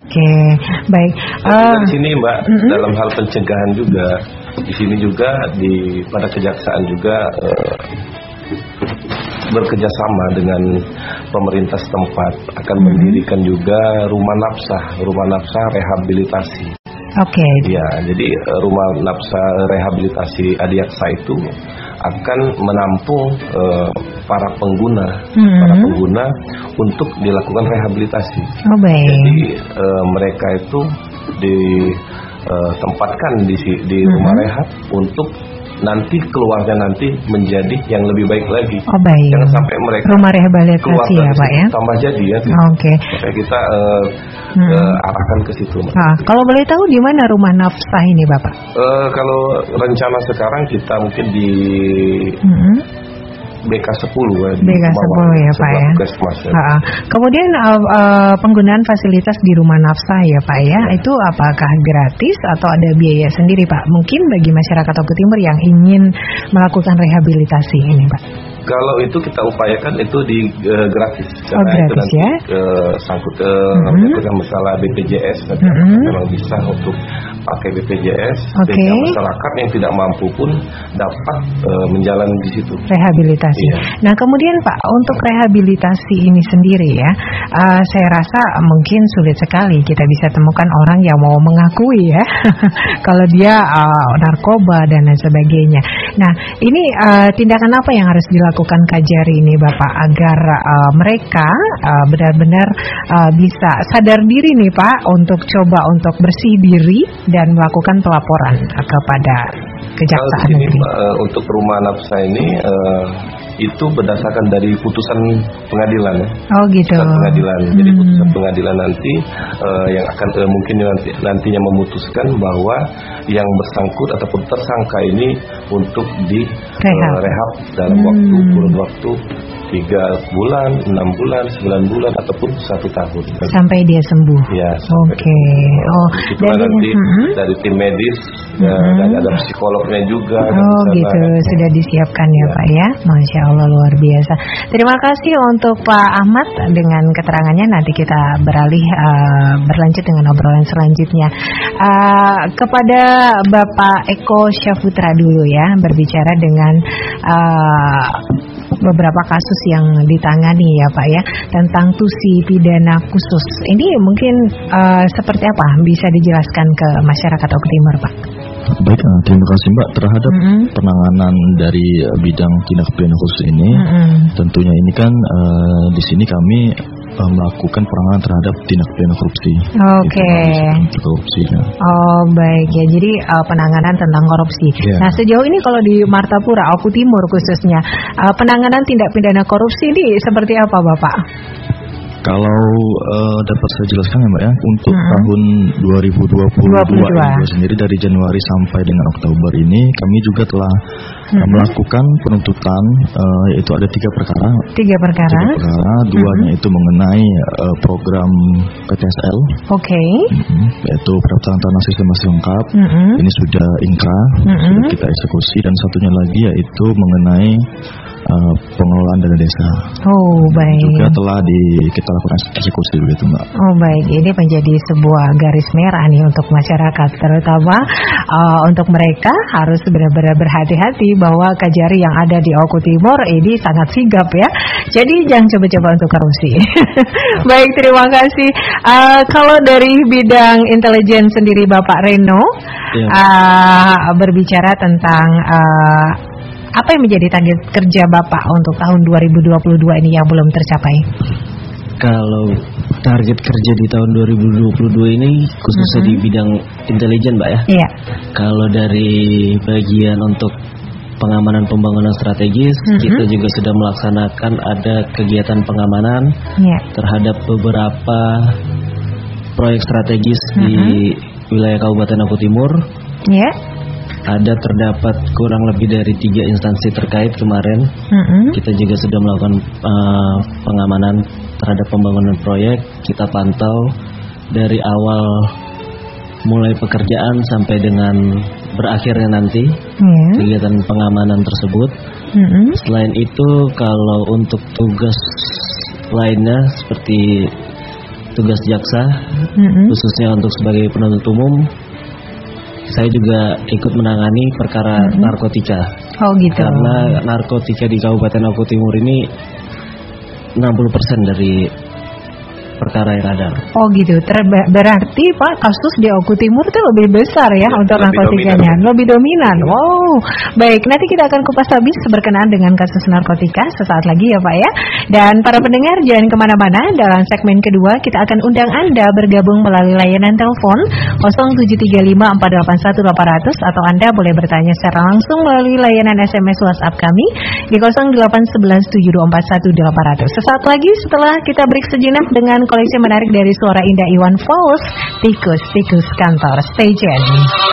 Oke, baik. Di sini Mbak, dalam hal pencegahan juga, di sini juga pada kejaksaan juga bekerjasama dengan pemerintah setempat akan mendirikan juga rumah nafsa rehabilitasi. Oke. Ya, jadi rumah nafsa rehabilitasi Adiaksa itu akan menampung para pengguna untuk dilakukan rehabilitasi. Oh, baik. Jadi mereka itu ditempatkan di rumah rehab untuk nanti keluarnya menjadi yang lebih baik lagi. Oh, baik. Jangan sampai mereka rumah rehabilitasi ya Pak ya. Tambah jadi ya. Oke. Supaya kita arahkan ke situ. Nah, kalau boleh tahu di mana rumah nafsa ini Bapak? Kalau rencana sekarang kita mungkin di BK10 ya. BK10 ya Pak ya. Kemudian penggunaan fasilitas di rumah nafsa ya Pak ya, itu apakah gratis atau ada biaya sendiri Pak? Mungkin bagi masyarakat Oku Timur yang ingin melakukan rehabilitasi ini Pak. Kalau itu kita upayakan itu gratis. Karena gratis itu nanti ya? Sangkut dengan masalah BPJS. Memang bisa untuk pakai BPJS. Sehingga masyarakat yang tidak mampu pun dapat menjalani di situ. Rehabilitasi. Iya. Nah kemudian Pak, untuk rehabilitasi ini sendiri ya, saya rasa mungkin sulit sekali kita bisa temukan orang yang mau mengakui ya, kalau dia narkoba dan lain sebagainya. Nah ini tindakan apa yang harus dilakukan Kajari ini Bapak agar mereka benar-benar bisa sadar diri nih Pak untuk coba untuk bersih diri dan melakukan pelaporan kepada Kejaksaan Negeri. Untuk rumah nafsa ini itu berdasarkan dari putusan pengadilan ya. Oh gitu. Putusan pengadilan. Jadi putusan pengadilan nanti yang akan mungkin nantinya memutuskan bahwa yang bersangkut ataupun tersangka ini untuk di rehab dalam kurun waktu 3 bulan, 6 bulan, 9 bulan ataupun 1 tahun. Sampai dia sembuh. Ya. Oke. Oh, dari tim medis dan ada psikolognya juga. Oh gitu, sudah disiapkan ya Pak ya. Masya Allah luar biasa. Terima kasih untuk Pak Ahmad dengan keterangannya. Nanti kita berlanjut dengan obrolan selanjutnya. Kepada Bapak Eko Syaputra dulu ya, berbicara dengan beberapa kasus yang ditangani ya Pak ya, tentang tusi pidana khusus. Ini mungkin seperti apa? Bisa dijelaskan ke masyarakat Oku Timur Pak? Baik, terima kasih Mbak. Terhadap penanganan dari bidang tindak pidana khusus ini, tentunya ini kan di sini kami melakukan penanganan terhadap tindak pidana korupsi. Oke. Korupsinya. Oh baik ya, jadi penanganan tentang korupsi. Yeah. Nah sejauh ini kalau di Martapura, Oku Timur khususnya, penanganan tindak pidana korupsi ini seperti apa Bapak? Kalau dapat saya jelaskan ya Mbak ya, untuk tahun 2022 ini sendiri dari Januari sampai dengan Oktober ini kami juga telah melakukan penuntutan, yaitu ada 3 perkara. 3 perkara. Duanya itu mengenai program PTSL. Oke. Yaitu pendaftaran tanah sistemasi lengkap. Ini sudah inkrah, sudah kita eksekusi, dan satunya lagi yaitu mengenai pengelolaan dana desa. Oh baik. Juga telah kita lakukan eksekusi begitu Mbak. Oh baik, ini menjadi sebuah garis merah nih untuk masyarakat, terutama untuk mereka harus benar-benar berhati-hati bahwa Kajari yang ada di Oku Timur ini sangat sigap ya. Jadi jangan coba-coba untuk korupsi. Baik, terima kasih. Kalau dari bidang intelijen sendiri Bapak Reno, berbicara tentang apa yang menjadi target kerja Bapak untuk tahun 2022 ini yang belum tercapai? Kalau target kerja di tahun 2022 ini khususnya di bidang intelijen Mbak ya? Iya. Kalau dari bagian untuk pengamanan pembangunan strategis, kita juga sudah melaksanakan ada kegiatan pengamanan terhadap beberapa proyek strategis di wilayah Kabupaten Oku Timur. Ada terdapat kurang lebih dari 3 instansi terkait kemarin. Kita juga sudah melakukan pengamanan terhadap pembangunan proyek. Kita pantau dari awal mulai pekerjaan sampai dengan berakhirnya nanti kegiatan pengamanan tersebut. Selain itu, kalau untuk tugas lainnya seperti tugas jaksa, khususnya untuk sebagai penuntut umum, saya juga ikut menangani perkara narkotika. Oh gitu. Karena narkotika di Kabupaten Oku Timur ini 60% dari perkara yang ada. Oh gitu. Berarti Pak, kasus di Oku Timur itu lebih besar ya untuk narkotikanya, lebih dominan. Wow. Baik, nanti kita akan kupas habis berkenaan dengan kasus narkotika sesaat lagi ya Pak ya. Dan para pendengar jangan kemana-mana. Dalam segmen kedua kita akan undang Anda bergabung melalui layanan telepon 0735481800 atau Anda boleh bertanya secara langsung melalui layanan SMS WhatsApp kami di 081172411800. Sesaat lagi setelah kita break sejenak dengan koleksi menarik dari suara indah Iwan Fals, Tikus Kantor. Stay tuned.